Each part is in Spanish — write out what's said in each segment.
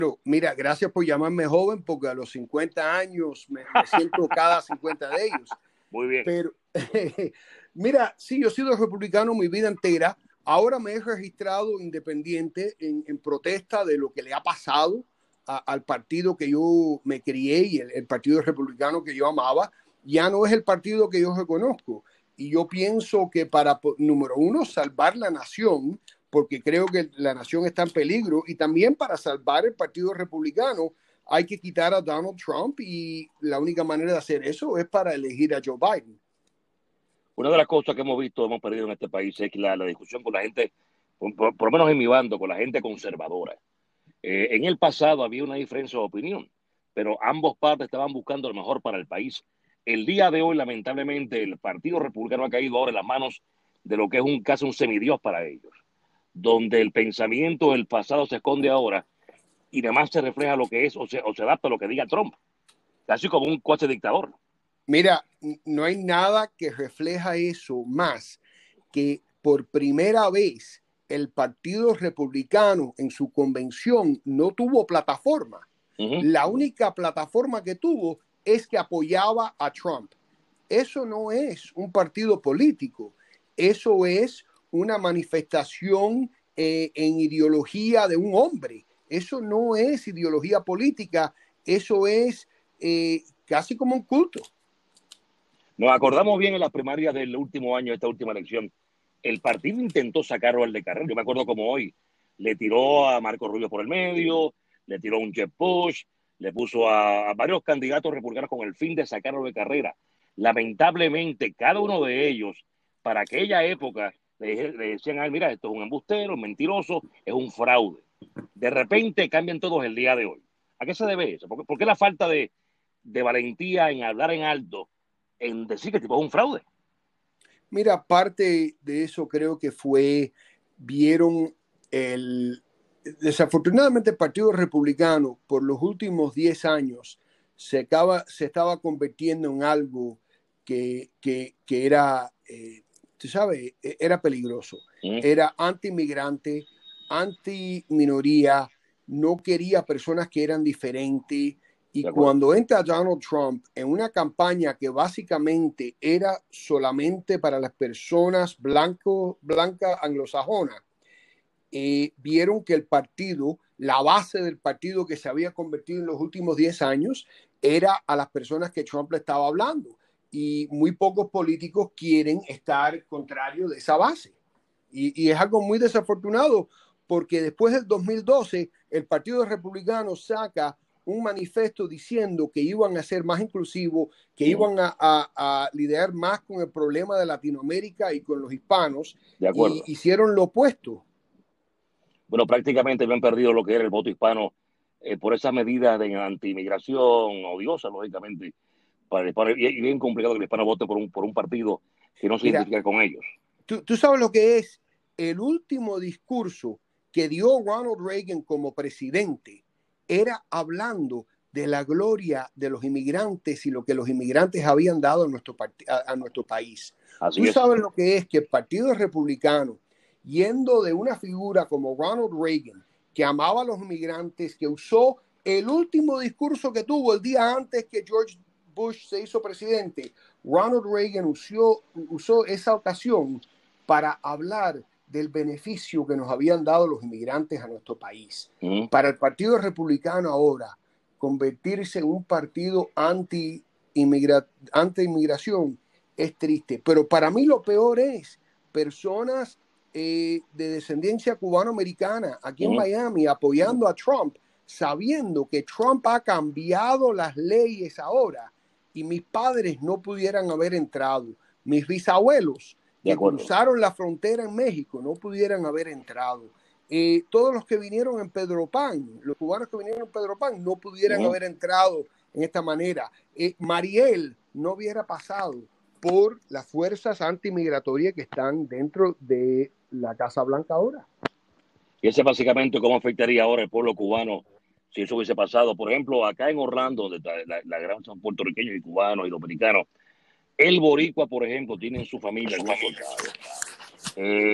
Mira, gracias por llamarme joven, porque a los 50 años me siento cada 50 de ellos. Muy bien. Pero, mira, sí, yo he sido republicano mi vida entera. Ahora me he registrado independiente en protesta de lo que le ha pasado al partido que yo me crié y el partido republicano que yo amaba. Ya no es el partido que yo reconozco. Y yo pienso que para, número uno, salvar la nación, porque creo que la nación está en peligro, y también para salvar el partido republicano, hay que quitar a Donald Trump, y la única manera de hacer eso es para elegir a Joe Biden. Una de las cosas que hemos visto, hemos perdido en este país es que la discusión con la gente, por lo menos en mi bando, con la gente conservadora. En el pasado había una diferencia de opinión, pero ambos partes estaban buscando lo mejor para el país. El día de hoy, lamentablemente, el Partido Republicano ha caído ahora en las manos de lo que es casi un semidios para ellos, donde el pensamiento del pasado se esconde ahora y además se refleja lo que es o se adapta a lo que diga Trump, casi como un cuate dictador. Mira, no hay nada que refleja eso más que por primera vez el Partido Republicano en su convención no tuvo plataforma. La única plataforma que tuvo es que apoyaba a Trump. Eso no es un partido político, eso es una manifestación en ideología de un hombre. Eso no es ideología política, eso es casi como un culto. Nos acordamos bien en la primaria del último año, esta última elección. El partido intentó sacarlo al de carrera. Yo me acuerdo como hoy. Le tiró a Marco Rubio por el medio, le tiró a un Jeb Bush, le puso a varios candidatos republicanos con el fin de sacarlo de carrera. Lamentablemente, cada uno de ellos, para aquella época, le decían a él, mira, esto es un embustero, un mentiroso, es un fraude. De repente cambian todos el día de hoy. ¿A qué se debe eso? ¿Por qué la falta de valentía en hablar en alto, en decir que tipo es un fraude? Mira, parte de eso creo que vieron desafortunadamente el Partido Republicano por los últimos 10 años se estaba convirtiendo en algo que era, tú sabes, era peligroso. Era anti-inmigrante, anti-minoría, no quería personas que eran diferentes. Y cuando entra Donald Trump en una campaña que básicamente era solamente para las personas blancas anglosajonas, vieron que el partido, la base del partido que se había convertido en los últimos 10 años, era a las personas que Trump le estaba hablando. Y muy pocos políticos quieren estar contrario de esa base. Y es algo muy desafortunado, porque después del 2012, el Partido Republicano saca un manifiesto diciendo que iban a ser más inclusivos, que iban a lidiar más con el problema de Latinoamérica y con los hispanos, y hicieron lo opuesto. Bueno, prácticamente habían perdido lo que era el voto hispano por esas medidas de anti-inmigración odiosa, lógicamente, para el hispano, y bien complicado que el hispano vote por un partido que no se identifica con ellos. Tú sabes lo que es el último discurso que dio Ronald Reagan como presidente, era hablando de la gloria de los inmigrantes y lo que los inmigrantes habían dado a nuestro país. Tú sabes lo que es que el Partido Republicano, yendo de una figura como Ronald Reagan, que amaba a los inmigrantes, que usó el último discurso que tuvo el día antes que George Bush se hizo presidente, Ronald Reagan usó esa ocasión para hablar del beneficio que nos habían dado los inmigrantes a nuestro país. Para el Partido Republicano ahora, convertirse en un partido anti-inmigración es triste. Pero para mí lo peor es personas de descendencia cubano-americana aquí en Miami apoyando a Trump, sabiendo que Trump ha cambiado las leyes ahora y mis padres no pudieran haber entrado. Mis bisabuelos que cruzaron la frontera en México no pudieran haber entrado. Todos los que vinieron en Pedro Pan, los cubanos que vinieron en Pedro Pan, no pudieran haber entrado en esta manera. Mariel no hubiera pasado por las fuerzas antimigratorias que están dentro de la Casa Blanca ahora. Y ese básicamente cómo afectaría ahora el pueblo cubano si eso hubiese pasado. Por ejemplo, acá en Orlando, donde está la gran son puertorriqueños y cubanos y dominicanos, el boricua, por ejemplo, tiene en su familia algún soldado.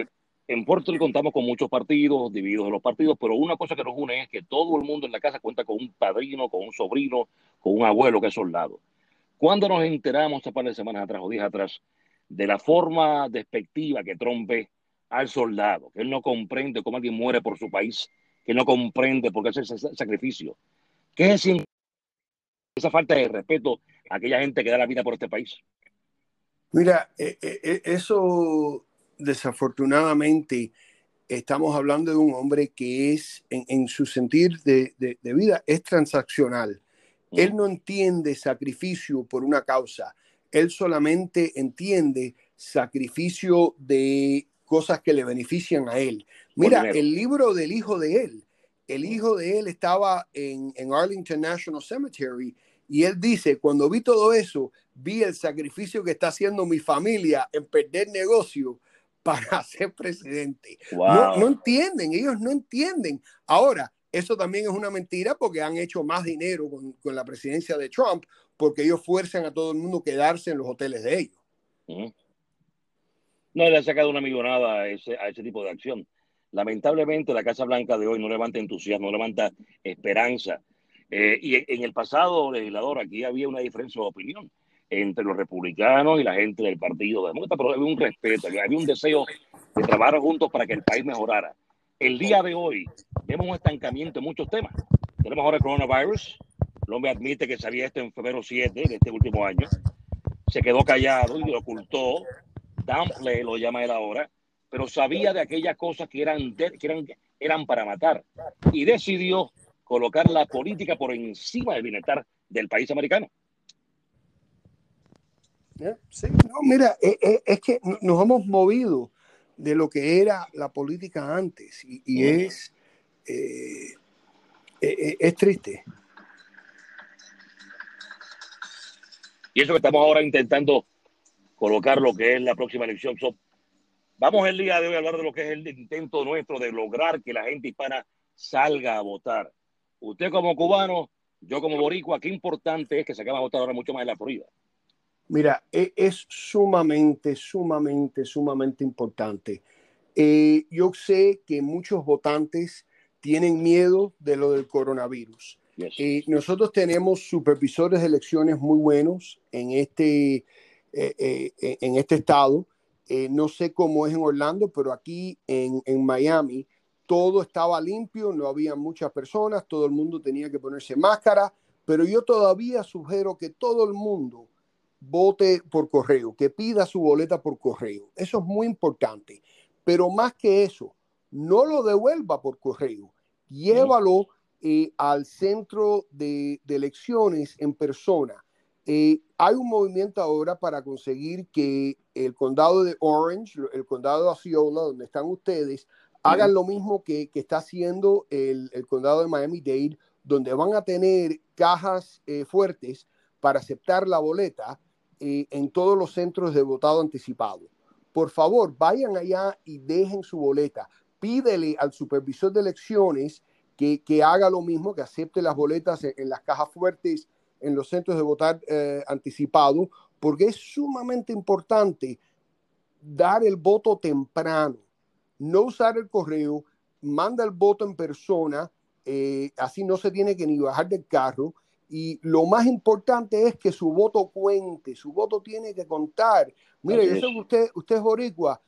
En Puerto Rico contamos con muchos partidos, divididos en los partidos, pero una cosa que nos une es que todo el mundo en la casa cuenta con un padrino, con un sobrino, con un abuelo que es soldado. Cuando nos enteramos, hace par de semanas atrás o días atrás, de la forma despectiva que Trump ve al soldado, que él no comprende cómo alguien muere por su país, que él no comprende por qué hace ese sacrificio, ¿qué es esa falta de respeto a aquella gente que da la vida por este país? Mira, eso desafortunadamente estamos hablando de un hombre que es, en su sentir de vida, es transaccional. Él no entiende sacrificio por una causa. Él solamente entiende sacrificio de cosas que le benefician a él. Por Mira, dinero. el libro del hijo de él. El hijo de él estaba en Arlington National Cemetery y él dice, cuando vi todo eso, vi el sacrificio que está haciendo mi familia en perder negocio para ser presidente. No, no Wow. entienden, ellos no entienden. Ahora, eso también es una mentira porque han hecho más dinero con la presidencia de Trump porque ellos fuerzan a todo el mundo a quedarse en los hoteles de ellos. No le ha sacado una millonada a ese tipo de acción. Lamentablemente, la Casa Blanca de hoy no levanta entusiasmo, no levanta esperanza. Y en el pasado, legislador, aquí había una diferencia de opinión entre los republicanos y la gente del Partido Demócrata, pero había un respeto, había un deseo de trabajar juntos para que el país mejorara. El día de hoy vemos un estancamiento en muchos temas. Tenemos ahora el coronavirus. El hombre admite que sabía esto en febrero 7 de este último año. Se quedó callado y lo ocultó. Downplay lo llama él ahora, pero sabía de aquellas cosas que eran para matar y decidió colocar la política por encima del bienestar del país americano. Sí, no, mira, es que nos hemos movido de lo que era la política antes y eh, es triste. Y eso que estamos ahora intentando colocar lo que es la próxima elección. Vamos el día de hoy a hablar de lo que es el intento nuestro de lograr que la gente hispana salga a votar. Usted como cubano, yo como boricua, qué importante es que se acabe a votar ahora mucho más en la Florida. Mira, es sumamente, sumamente, sumamente importante. Yo sé que muchos votantes tienen miedo de lo del coronavirus. Yes. Nosotros tenemos supervisores de elecciones muy buenos en este estado. No sé cómo es en Orlando, pero aquí en Miami todo estaba limpio, no había muchas personas, todo el mundo tenía que ponerse máscara, pero yo todavía sugiero que todo el mundo vote por correo, que pida su boleta por correo. Eso es muy importante. Pero más que eso, no lo devuelva por correo. Llévalo al centro de elecciones en persona. Hay un movimiento ahora para conseguir que el condado de Orange, el condado de Osceola, donde están ustedes, hagan lo mismo que está haciendo el condado de Miami-Dade, donde van a tener cajas fuertes para aceptar la boleta en todos los centros de votado anticipado. Por favor, vayan allá y dejen su boleta. Pídele al supervisor de elecciones que haga lo mismo, que acepte las boletas en las cajas fuertes en los centros de votar anticipado, porque es sumamente importante dar el voto temprano, no usar el correo, manda el voto en persona, así no se tiene que ni bajar del carro. Y lo más importante es que su voto cuente, su voto tiene que contar. Mira, yo sé que usted es boricua,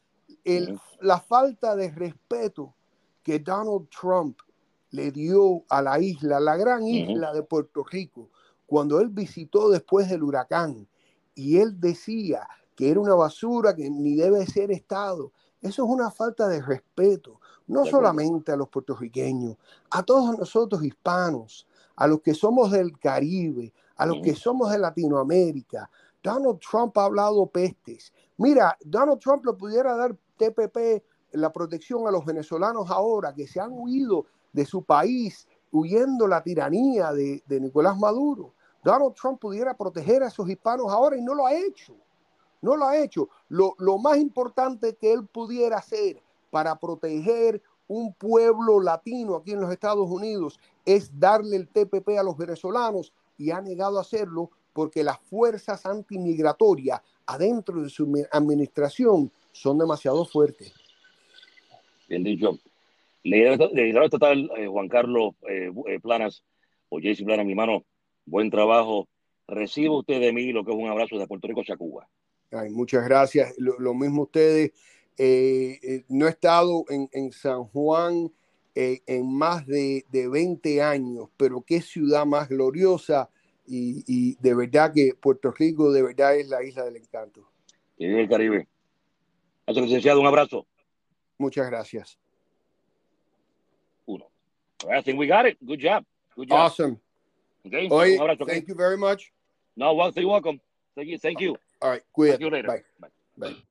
la falta de respeto que Donald Trump le dio a la isla, la gran isla de Puerto Rico, cuando él visitó después del huracán, y él decía que era una basura que ni debe ser Estado. Eso es una falta de respeto, no solamente a los puertorriqueños, a todos nosotros hispanos, a los que somos del Caribe, a los que somos de Latinoamérica. Donald Trump ha hablado pestes. Mira, Donald Trump le pudiera dar TPP, la protección a los venezolanos ahora que se han huido de su país, huyendo la tiranía de Nicolás Maduro. Donald Trump pudiera proteger a esos hispanos ahora y no lo ha hecho. No lo ha hecho. Lo más importante que él pudiera hacer para proteger un pueblo latino aquí en los Estados Unidos es darle el TPP a los venezolanos, y ha negado a hacerlo porque las fuerzas antimigratorias adentro de su administración son demasiado fuertes. Bien dicho. Liderazgo estatal, Juan Carlos Planas, o JC Planas, mi hermano, buen trabajo. Reciba usted de mí lo que es un abrazo de Puerto Rico hacia Cuba. Ay, muchas gracias. Lo mismo ustedes. No he estado en San Juan en más de 20 años, pero qué ciudad más gloriosa y de verdad que Puerto Rico de verdad es la isla del encanto. Que vive el Caribe. Gracias, licenciado. Un abrazo. Muchas gracias. Uno. I think we got it. Good job. Good job. Awesome. Okay. Oye, Un abrazo. thank you very much. No, well, you're welcome. Thank you. All right. Cuídate. Talk to you later. Bye. Bye. Bye.